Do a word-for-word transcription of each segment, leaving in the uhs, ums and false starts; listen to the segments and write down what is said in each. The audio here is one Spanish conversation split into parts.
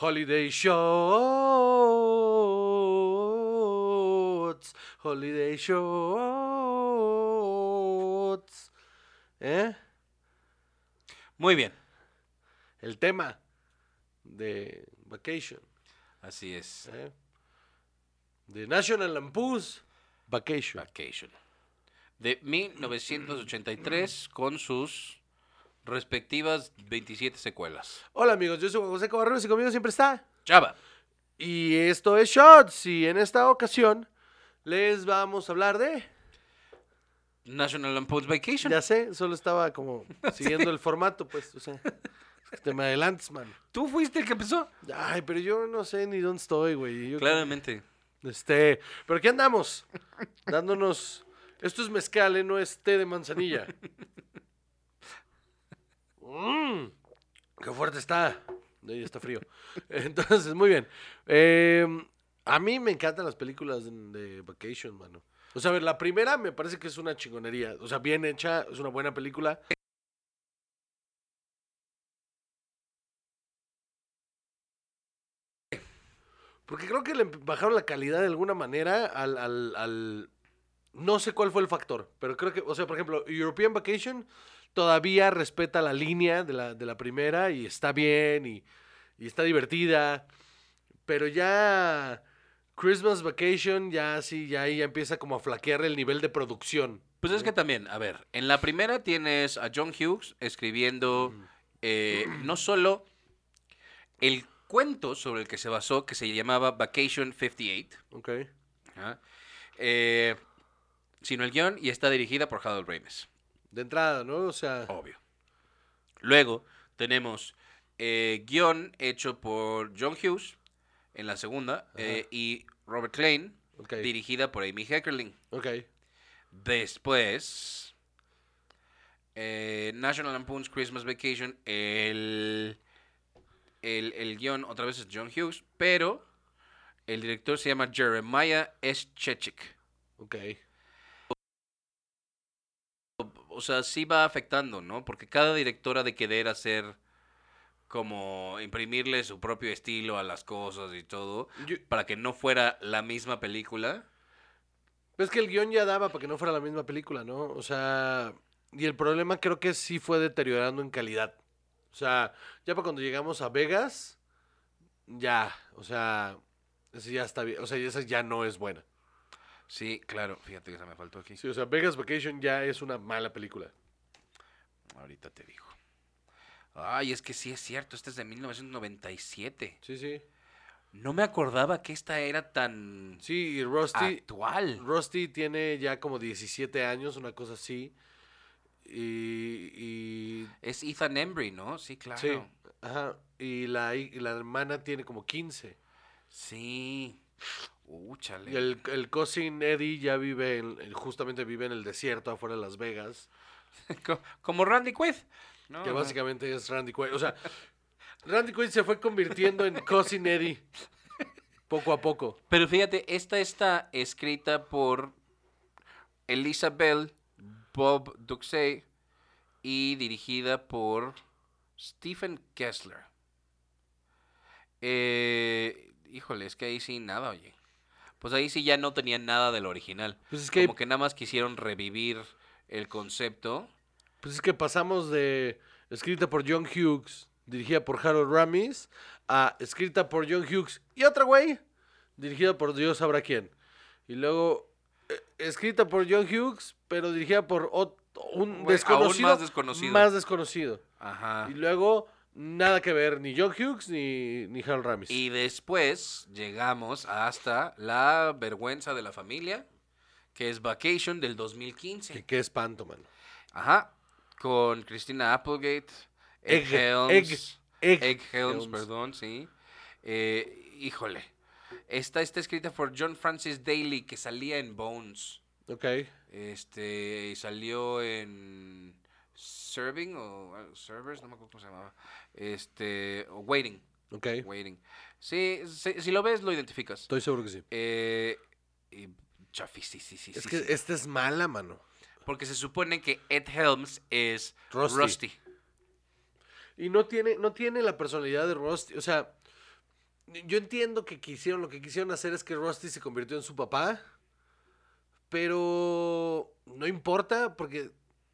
Holiday Shots. Holiday Shots. ¿Eh? Muy bien. El tema de Vacation. Así es. ¿Eh? De National Lampoon's Vacation. Vacation. De mil novecientos ochenta y tres con sus respectivas veintisiete secuelas. Hola amigos, yo soy Juan José Cabarrero y conmigo siempre está. Chava. Y esto es Shots y en esta ocasión les vamos a hablar de... National Lampoon's Vacation. Ya sé, solo estaba como siguiendo el formato, pues, o sea, te me adelantas, man. ¿Tú fuiste el que empezó? Ay, pero yo no sé ni dónde estoy, güey. Yo- Claramente. Este, pero aquí andamos, dándonos... Esto es mezcal, ¿eh? No es té de manzanilla. Mmm, qué fuerte está. Ahí está frío. Entonces, muy bien. Eh, a mí me encantan las películas de, de Vacation, mano. O sea, a ver, la primera me parece que es una chingonería. O sea, bien hecha, es una buena película. Porque creo que le bajaron la calidad de alguna manera al, al, al... No sé cuál fue el factor, pero creo que, o sea, por ejemplo, European Vacation todavía respeta la línea de la, de la primera y está bien y, y está divertida. Pero ya Christmas Vacation ya sí, ya ahí ya empieza como a flaquear el nivel de producción. Pues es que también, a ver, en la primera tienes a John Hughes escribiendo eh, no solo el cuento sobre el que se basó, que se llamaba Vacation cincuenta y ocho, Ok. ¿ah? eh, sino el guión, y está dirigida por Harold Ramis. De entrada, ¿no? O sea, Obvio. Luego tenemos eh, guión hecho por John Hughes en la segunda eh, y Robert Klein, ok. dirigida por Amy Heckerling. Ok. Después, eh, National Lampoon's Christmas Vacation, el, el, el guión otra vez es John Hughes, pero el director se llama Jeremiah S. Chechik. Ok. O sea, sí va afectando, ¿no? Porque cada director ha de querer hacer como imprimirle su propio estilo a las cosas y todo, Yo- para que no fuera la misma película. Es que el guión ya daba para que no fuera la misma película, ¿no? O sea, y el problema creo que sí fue deteriorando en calidad. O sea, ya para cuando llegamos a Vegas, ya, o sea, esa ya está bien, o sea, esa ya no es buena. Sí, claro, fíjate que se me faltó aquí. Sí, o sea, Vegas Vacation ya es una mala película. Ahorita te digo. Ay, es que sí es cierto, esta es de mil novecientos noventa y siete. Sí, sí. No me acordaba que esta era tan Sí, y Rusty, actual. Rusty tiene ya como diecisiete años, una cosa así. Y, y Es Ethan Embry, ¿no? Sí, claro. sí, ajá, y la, hi- y la hermana tiene como quince. Sí. Uh, chale. Y el, el cousin Eddie ya vive, en, en- justamente vive en el desierto afuera de Las Vegas, Co- Como Randy Quaid. No, que no. básicamente es Randy Quaid. O sea, Randy Quaid se fue convirtiendo en cousin Eddie poco a poco. Pero fíjate, esta está escrita por Elisa Bell, Bob Duxey y dirigida por Stephen Kessler. Eh, híjole, es que ahí sí nada, oye. Pues ahí sí ya no tenían nada del original. Pues es que, Como que nada más quisieron revivir el concepto. pues es que pasamos de escrita por John Hughes, dirigida por Harold Ramis, a escrita por John Hughes y otra güey, dirigida por Dios sabrá quién. Y luego eh, escrita por John Hughes, pero dirigida por ot- un Güey, desconocido, aún más desconocido. más desconocido. Ajá. Y luego nada que ver, ni John Hughes ni, ni Harold Ramis. Y después llegamos hasta La vergüenza de la familia, que es Vacation del dos mil quince. Que qué espanto, mano. Ajá. Con Christina Applegate, Ed Egg- Helms. Egg- Egg Helms, Helms. perdón, sí. Eh, híjole. Esta está escrita por John Francis Daly, que salía en Bones. Ok. Este, y salió en Serving o uh, Servers, no me acuerdo cómo se llamaba. Este, o Waiting. Ok. Waiting. Sí, sí, si lo ves, lo identificas. Estoy seguro que sí. Eh, y chafis, sí, sí, sí. Es sí, que sí. esta es mala, mano. Porque se supone que Ed Helms es Rusty. Rusty. Y no tiene, no tiene la personalidad de Rusty. O sea, yo entiendo que quisieron, lo que quisieron hacer es que Rusty se convirtió en su papá, pero no importa porque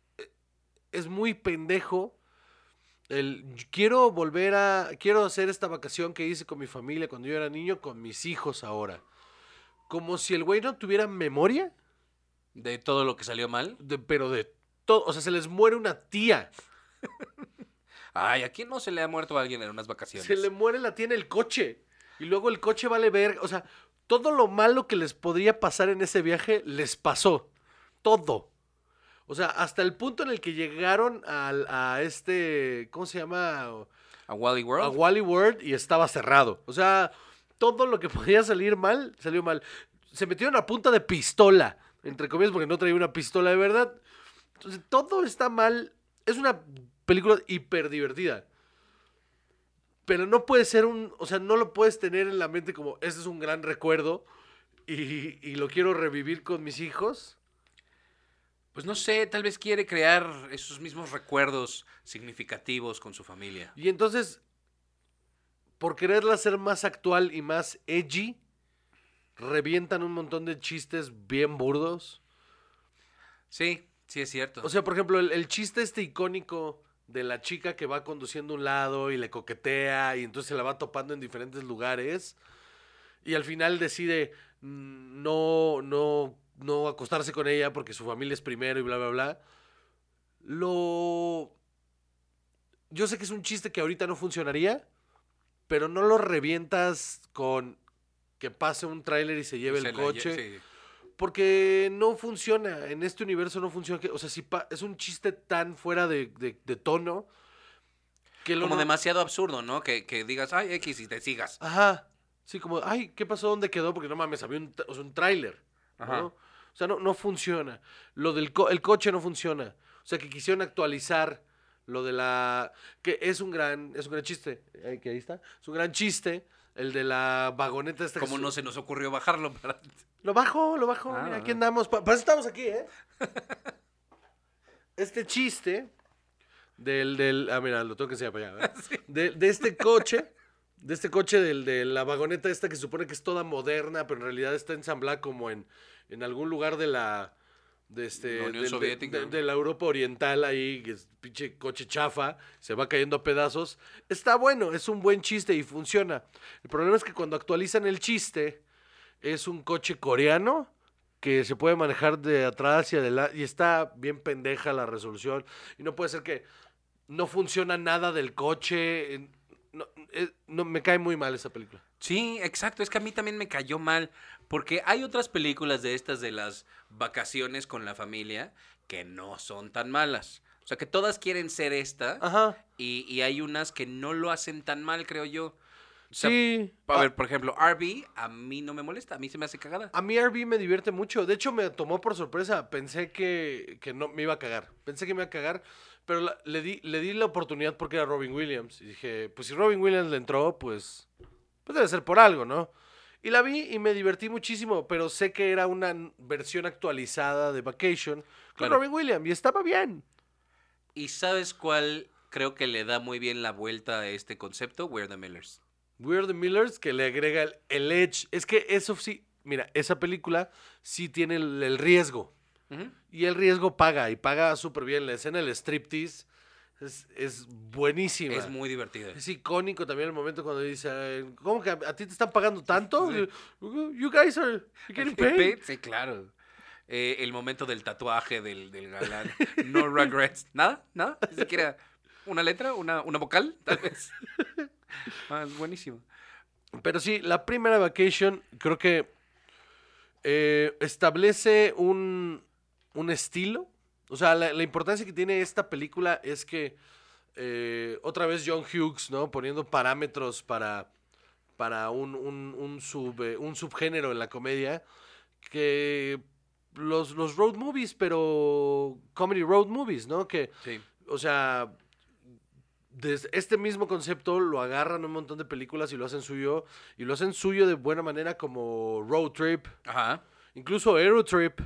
es muy pendejo. El, quiero volver a, quiero hacer esta vacación que hice con mi familia cuando yo era niño, con mis hijos ahora. Como si el güey no tuviera memoria. De todo lo que salió mal. De, pero de todo, o sea, se les muere una tía. Ay, ¿a quién no se le ha muerto a alguien en unas vacaciones? Se le muere la tía en el coche. Y luego el coche vale ver. O sea, todo lo malo que les podría pasar en ese viaje les pasó. Todo. O sea, hasta el punto en el que llegaron al, a este. ¿Cómo se llama? ¿A Wally World? A Wally World y estaba cerrado. O sea, todo lo que podía salir mal, salió mal. Se metieron a punta de pistola. Entre comillas, porque no traía una pistola de verdad. Entonces, todo está mal. Es una película hiper divertida. Pero no puede ser un... O sea, no lo puedes tener en la mente como, este es un gran recuerdo y, y lo quiero revivir con mis hijos. Pues no sé, tal vez quiere crear esos mismos recuerdos significativos con su familia. Y entonces, por quererla hacer más actual y más edgy, revientan un montón de chistes bien burdos. Sí, sí es cierto. O sea, por ejemplo, el, el chiste este icónico de la chica que va conduciendo a un lado y le coquetea y entonces se la va topando en diferentes lugares y al final decide mm, no, no, no acostarse con ella porque su familia es primero y bla, bla, bla. Lo... Yo sé que es un chiste que ahorita no funcionaría, pero no lo revientas con que pase un tráiler y se lleve Se el la coche. lle- sí. Porque no funciona, en este universo no funciona. O sea, si pa- es un chiste tan fuera de, de- de tono que lo Como no- demasiado absurdo, ¿no? Que, que digas, ay, X y te sigas. Ajá. Sí, como, ay, ¿qué pasó? ¿Dónde quedó? Porque no mames, había un, o sea, un tráiler. Ajá. ¿No? O sea, no, no funciona. Lo del co- el coche no funciona. O sea, que quisieron actualizar lo de la... Que es un gran, es un gran chiste. Ahí, que ahí está. Es un gran chiste. El de la vagoneta esta. que ¿Cómo su- no se nos ocurrió bajarlo para...? Lo bajo, lo bajo. Ah, Mira, aquí ah. andamos. Pa- Para eso estamos aquí, ¿eh? Este chiste del, del... Ah, mira, lo tengo que enseñar para allá. ¿verdad? De, de este coche, de este coche del, de la vagoneta esta que se supone que es toda moderna, pero en realidad está ensamblada como en, en algún lugar de la... De, este, La Unión del- de- Soviética. de- de la Europa Oriental ahí, que es pinche coche chafa, se va cayendo a pedazos. Está bueno, es un buen chiste y funciona. El problema es que cuando actualizan el chiste, es un coche coreano que se puede manejar de atrás y adelante y está bien pendeja la resolución y no puede ser que no funciona nada del coche. eh, No, eh, no, me cae muy mal esa película. Sí, exacto. Es que a mí también me cayó mal. Porque hay otras películas de estas de las vacaciones con la familia que no son tan malas. O sea, que todas quieren ser esta. Ajá. Y, y hay unas que no lo hacen tan mal, creo yo. O sea, Sí. A A, ver, por ejemplo, R B a mí no me molesta. A mí se me hace cagada. a mí R B me divierte mucho. De hecho, me tomó por sorpresa. Pensé que, que no me iba a cagar. Pensé que me iba a cagar. Pero la- le, di, le di la oportunidad porque era Robin Williams. Y dije, pues si Robin Williams le entró, pues, pues debe ser por algo, ¿no? Y la vi y me divertí muchísimo, pero sé que era una n- versión actualizada de Vacation con Claro. Robin Williams y estaba bien. ¿Y sabes cuál creo que le da muy bien la vuelta a este concepto? We're the Millers. We're the Millers, que le agrega el, el edge. Es que eso sí, mira, esa película sí tiene el, el riesgo. Ujú. Y el riesgo paga, y paga súper bien. La escena del striptease es, es buenísima. Es muy divertida. Es icónico también el momento cuando dice, eh, ¿cómo que a, a ti te están pagando tanto? Sí. You guys are getting paid. Sí, claro. Eh, el momento del tatuaje del, del galán. No regrets. ¿Nada? ¿Nada? Ni siquiera una letra, una, una vocal, tal vez. Ah, es buenísimo. Pero sí, la primera Vacation creo que eh, establece un, un estilo. O sea, la, la importancia que tiene esta película es que eh, otra vez John Hughes, ¿no? Poniendo parámetros para, para un, un, un, sub, eh, un subgénero en la comedia. Que los, los road movies, pero comedy road movies, ¿no? Que, Sí. o sea, desde este mismo concepto lo agarran un montón de películas y lo hacen suyo. Y lo hacen suyo de buena manera como Road Trip, Ajá. incluso Aerotrip.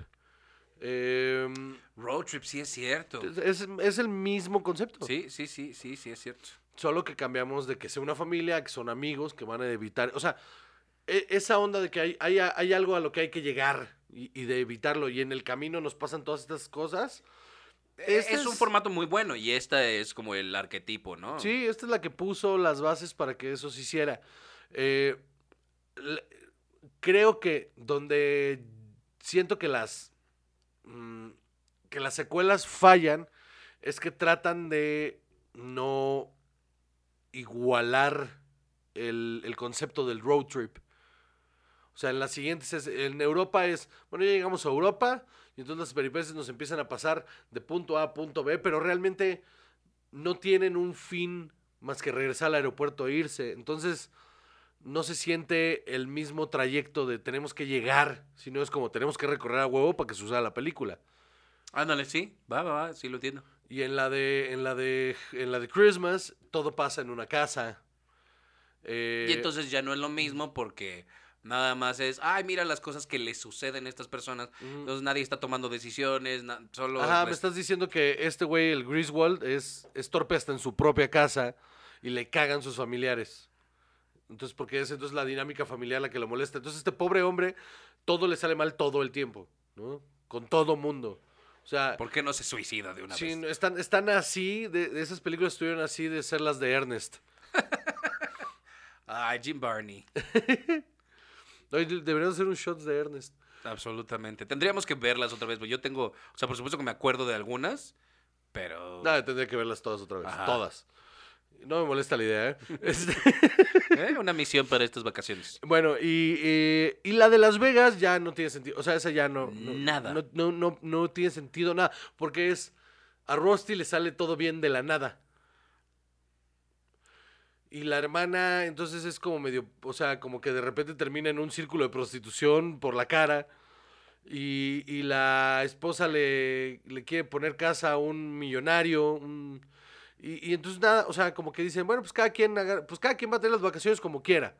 Eh, Road Trip, sí es cierto. es, es el mismo concepto. Sí, sí, sí, sí, sí es cierto. Solo que cambiamos de que sea una familia, a que son amigos, que van a evitar. O sea, e- esa onda de que hay, hay, hay algo a lo que hay que llegar y, y de evitarlo. Y en el camino nos pasan todas estas cosas. Eh, Este Es un es. formato muy bueno y esta es como el arquetipo, ¿no? Sí, esta es la que puso las bases para que eso se hiciera. Eh, l- Creo que donde siento que las. mm, que las secuelas fallan es que tratan de no igualar el, el concepto del road trip. O sea, en las siguientes, es- en Europa es, bueno, ya llegamos a Europa y entonces las peripecias nos empiezan a pasar de punto A a punto B, pero realmente no tienen un fin más que regresar al aeropuerto e irse. Entonces, no se siente el mismo trayecto de tenemos que llegar, sino es como tenemos que recorrer a huevo para que se usara la película. Ándale, sí, va, va, va, sí lo entiendo. Y en la de, en la de, en la de Christmas, todo pasa en una casa. Y Eh, entonces ya no es lo mismo porque nada más es, ay, mira las cosas que les suceden a estas personas. ujú. Entonces nadie está tomando decisiones, na- solo Ajá, me les... estás diciendo que este güey, el Griswold, es, es torpe hasta en su propia casa y le cagan sus familiares. Entonces, porque es entonces la dinámica familiar la que lo molesta. Entonces, este pobre hombre, todo le sale mal todo el tiempo, ¿no? Con todo mundo. O sea, ¿Por qué no se suicida de una sí, vez? no, están, están así, de, de esas películas estuvieron así de ser las de Ernest. Ay, Jim Barney. Oye, de- deberíamos hacer un shot de Ernest. Absolutamente. Tendríamos que verlas otra vez, porque yo tengo, o sea, por supuesto que me acuerdo de algunas, pero... Nada, tendría que verlas todas otra vez. Ajá. Todas. No me molesta la idea, ¿eh? Este, ¿Eh? Una misión para estas vacaciones. bueno, y, y, y la de Las Vegas ya no tiene sentido. O sea, esa ya no. No, Nada. no, no, no, no tiene sentido nada. Porque es. A Rusty le sale todo bien de la nada. Y la hermana, entonces es como medio. O sea, como que de repente termina en un círculo de prostitución por la cara. Y, y la esposa le, le quiere poner casa a un millonario. un- y, y entonces nada, o sea, como que dicen, bueno, pues cada quien, agar- pues cada quien va a tener las vacaciones como quiera.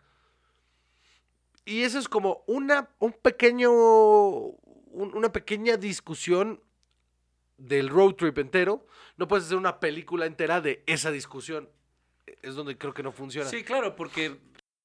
Y eso es como una, un pequeño, un- una pequeña discusión del road trip entero. No puedes hacer una película entera de esa discusión. Es donde creo que no funciona. Sí, claro, porque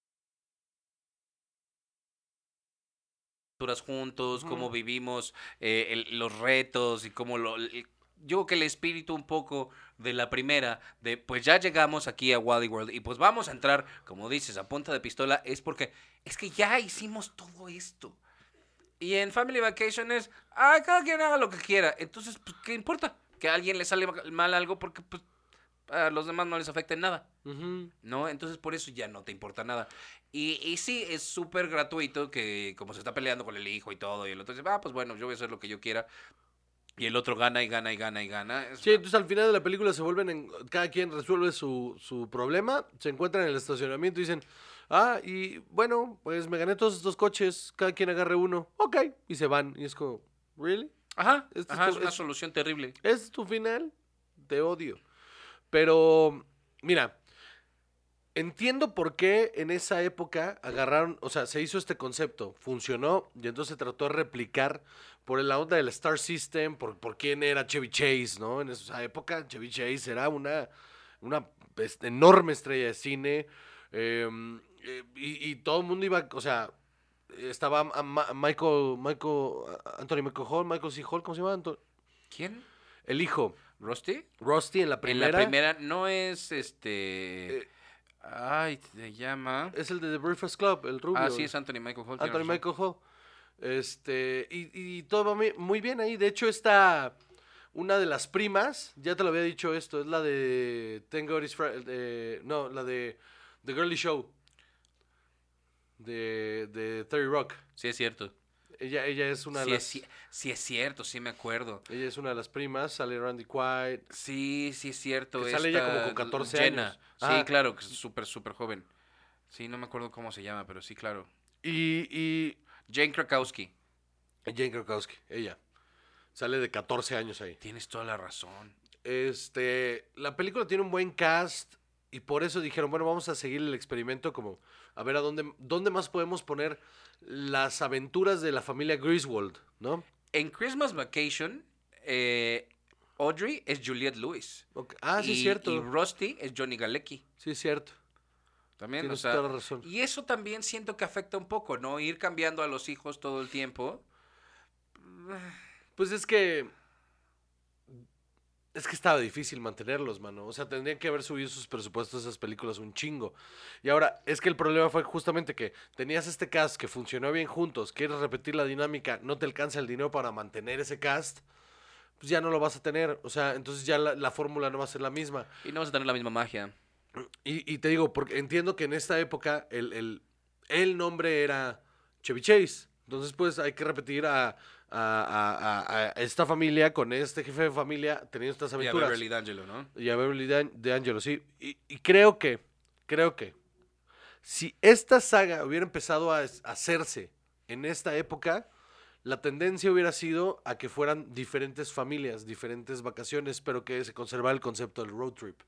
aventuras juntos, Ujú. cómo vivimos eh, el- los retos y cómo lo... el- yo creo que el espíritu un poco de la primera, de pues ya llegamos aquí a Wally World y pues vamos a entrar, como dices, a punta de pistola, es porque es que ya hicimos todo esto. Y en Family Vacation es, ah, cada quien haga lo que quiera. Entonces, pues, ¿qué importa? Que a alguien le sale mal algo porque pues, a los demás no les afecta en nada. Ujú. ¿No? Entonces por eso ya no te importa nada. Y, y sí, es súper gratuito que como se está peleando con el hijo y todo, y el otro dice, ah, pues bueno, yo voy a hacer lo que yo quiera. Y el otro gana y gana y gana y gana. Es Sí, una- entonces al final de la película se vuelven en. Cada quien resuelve su, su problema. Se encuentran en el estacionamiento y dicen. Ah, y bueno, pues me gané todos estos coches. Cada quien agarre uno. Ok. Y se van. Y es como. ¿Really? Ajá, Este es ajá, tu, es una es- solución terrible. ¿este es tu final? Te odio. Pero. Mira. Entiendo por qué en esa época agarraron, o sea, se hizo este concepto, funcionó y entonces se trató de replicar por la onda del Star System, por, por quién era Chevy Chase, ¿no? En esa época Chevy Chase era una, una pues, enorme estrella de cine eh, eh, y, y todo el mundo iba, o sea, estaba a- Ma- Michael, Michael, Anthony Michael Hall, Michael C. Hall, ¿cómo se llama? Anto- ¿Quién? El hijo, ¿Rusty? Rusty en la En la primera, primera no es este... eh, Ay, se llama... es el de The Breakfast Club, el Ah, rubio. sí, es Anthony Michael Hall, tienes Anthony razón. Michael Hall. Este, y, y todo va muy, muy bien ahí. De hecho, está una de las primas, ya te lo había dicho esto, es la de Thank God It's Fri- de- no, la de The Girly Show, de, de thirty Rock. Sí, es cierto. Ella, ella es una de Sí es, las, ci- sí es cierto, sí me acuerdo. ella es una de las primas, sale Randy Quaid, Sí, sí es cierto. que sale ella como esta con catorce Jenna. años. Sí, Ajá. claro, que es súper, súper joven. Sí, no me acuerdo cómo se llama, pero sí, claro. Y, y Jane Krakowski. Jane Krakowski, ella, sale de catorce años ahí. Tienes toda la razón. Este, la película tiene un buen cast y por eso dijeron, bueno, vamos a seguir el experimento como a ver a dónde, dónde más podemos poner las aventuras de la familia Griswold, ¿no? En Christmas Vacation, eh, Audrey es Juliette Lewis. Ok. Ah, sí, y, es cierto. Y Rusty es Johnny Galecki. Sí, es cierto. También, Tienes o sea, toda la razón. y eso también siento que afecta un poco, ¿no? Ir cambiando a los hijos todo el tiempo. Pues es que... Es que estaba difícil mantenerlos, mano. O sea, tendrían que haber subido sus presupuestos a esas películas un chingo. Y ahora, es que el problema fue justamente que tenías este cast que funcionó bien juntos, quieres repetir la dinámica, no te alcanza el dinero para mantener ese cast, pues ya no lo vas a tener. O sea, entonces ya la, la fórmula no va a ser la misma. Y no vas a tener la misma magia. Y, y te digo, porque entiendo que en esta época el, el, el nombre era Chevy Chase. Entonces, pues hay que repetir a, a, a, a, a esta familia con este jefe de familia teniendo estas Y a aventuras. Beverly D'Angelo, ¿no? Y a Beverly Dan- D'Angelo, sí. Y, y creo que, creo que, si esta saga hubiera empezado a es- a hacerse en esta época, la tendencia hubiera sido a que fueran diferentes familias, diferentes vacaciones, pero que se conservara el concepto del road trip.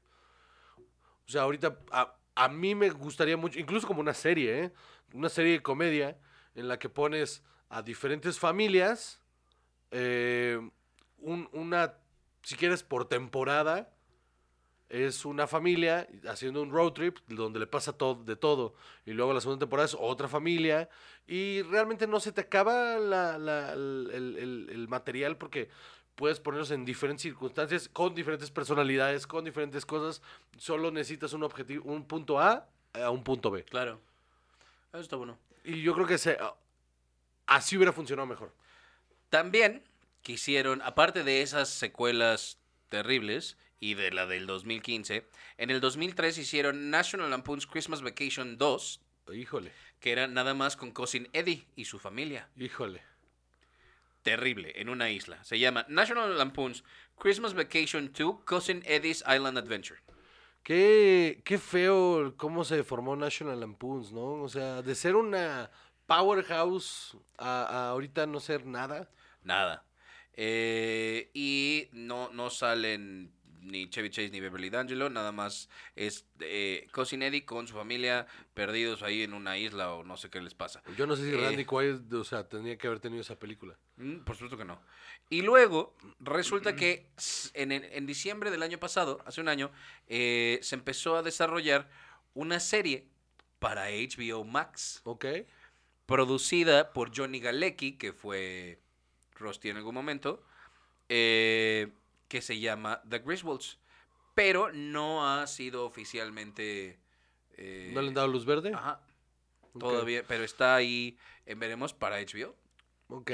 O sea, ahorita a, a mí me gustaría mucho, incluso como una serie, ¿eh? Una serie de comedia en la que pones a diferentes familias, eh, un- una, si quieres, por temporada, es una familia haciendo un road trip donde le pasa todo, de todo. Y luego la segunda temporada es otra familia. Y realmente no se te acaba la- la- el, el- el- el material porque puedes ponerlos en diferentes circunstancias, con diferentes personalidades, con diferentes cosas. Solo necesitas un objetivo, un punto A a un punto B. Claro. Eso está bueno. Y yo creo que se, así hubiera funcionado mejor. También quisieron, aparte de esas secuelas terribles y de la del dos mil quince, en el dos mil tres hicieron National Lampoon's Christmas Vacation dos, Híjole, que era nada más con Cousin Eddie y su familia. híjole. Terrible, en una isla. Se llama National Lampoon's Christmas Vacation dos, Cousin Eddie's Island Adventure. Qué, qué feo cómo se formó National Lampoons, ¿no? O sea, de ser una powerhouse a, a ahorita no ser nada. Nada. Eh, y no, no salen ni Chevy Chase ni Beverly D'Angelo, nada más es eh, Cousin Eddie con su familia perdidos ahí en una isla o no sé qué les pasa. Yo no sé si Eh, Randy Quaid, o sea, tendría que haber tenido esa película. Mm, Por supuesto que no. Y luego resulta que s- en, en- en diciembre del año pasado, hace un año, eh, se empezó a desarrollar una serie para H B O Max, ¿Ok? producida por Johnny Galecki, que fue Rusty en algún momento, eh, que se llama The Griswolds, pero no ha sido oficialmente... eh, ¿No le han dado luz verde? Ajá, Ok. todavía, pero está ahí, en veremos, para H B O. Ok.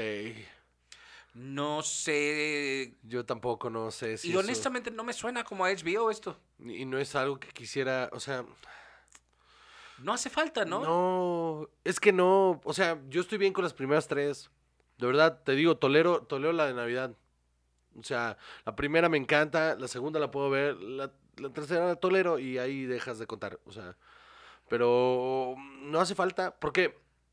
No sé. Yo tampoco no sé si Y eso- honestamente no me suena como a H B O esto. Y no es algo que quisiera, o sea... No hace falta, ¿no? No, es que no, o sea, yo estoy bien con las primeras tres. De verdad, te digo, tolero, tolero la de Navidad. O sea, la primera me encanta, la segunda la puedo ver, la, la tercera la tolero y ahí dejas de contar. O sea, pero no hace falta, porque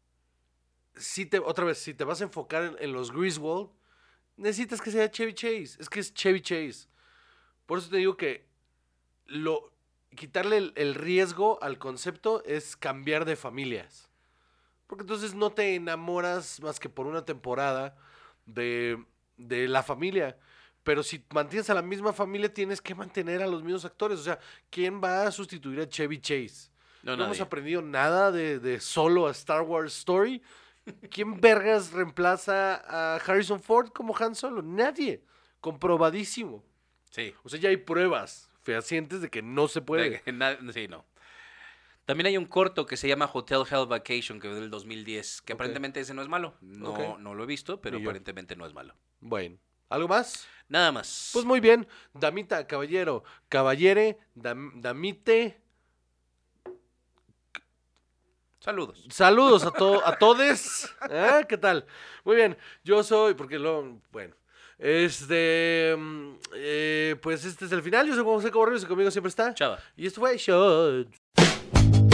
si te, otra vez, si te vas a enfocar en, en los Griswold, necesitas que sea Chevy Chase. Es que es Chevy Chase. Por eso te digo que lo quitarle el, el riesgo al concepto es cambiar de familias. Porque entonces no te enamoras más que por una temporada de, de la familia. Pero si mantienes a la misma familia, tienes que mantener a los mismos actores. O sea, ¿quién va a sustituir a Chevy Chase? No, No, hemos nadie. aprendido nada de, de solo a Star Wars Story. ¿Quién vergas reemplaza a Harrison Ford como Han Solo? Nadie. Comprobadísimo. Sí. O sea, ya hay pruebas fehacientes de que no se puede. De que na- sí, no. También hay un corto que se llama Hotel Hell Vacation, que es del dos mil diez, que Ok. aparentemente ese no es malo. No, Ok. no lo he visto, pero Ni yo. aparentemente no es malo. Bueno, ¿algo más? Nada más. Pues muy bien, damita, caballero, caballere, dam- damite, Saludos. saludos a, to- a todes. ¿Eh? ¿Qué tal? Muy bien, yo soy, porque lo, bueno, este, mm, eh, pues este es el final, yo soy Juan José Caborrillos y conmigo siempre está. Chava. Y esto fue Shot.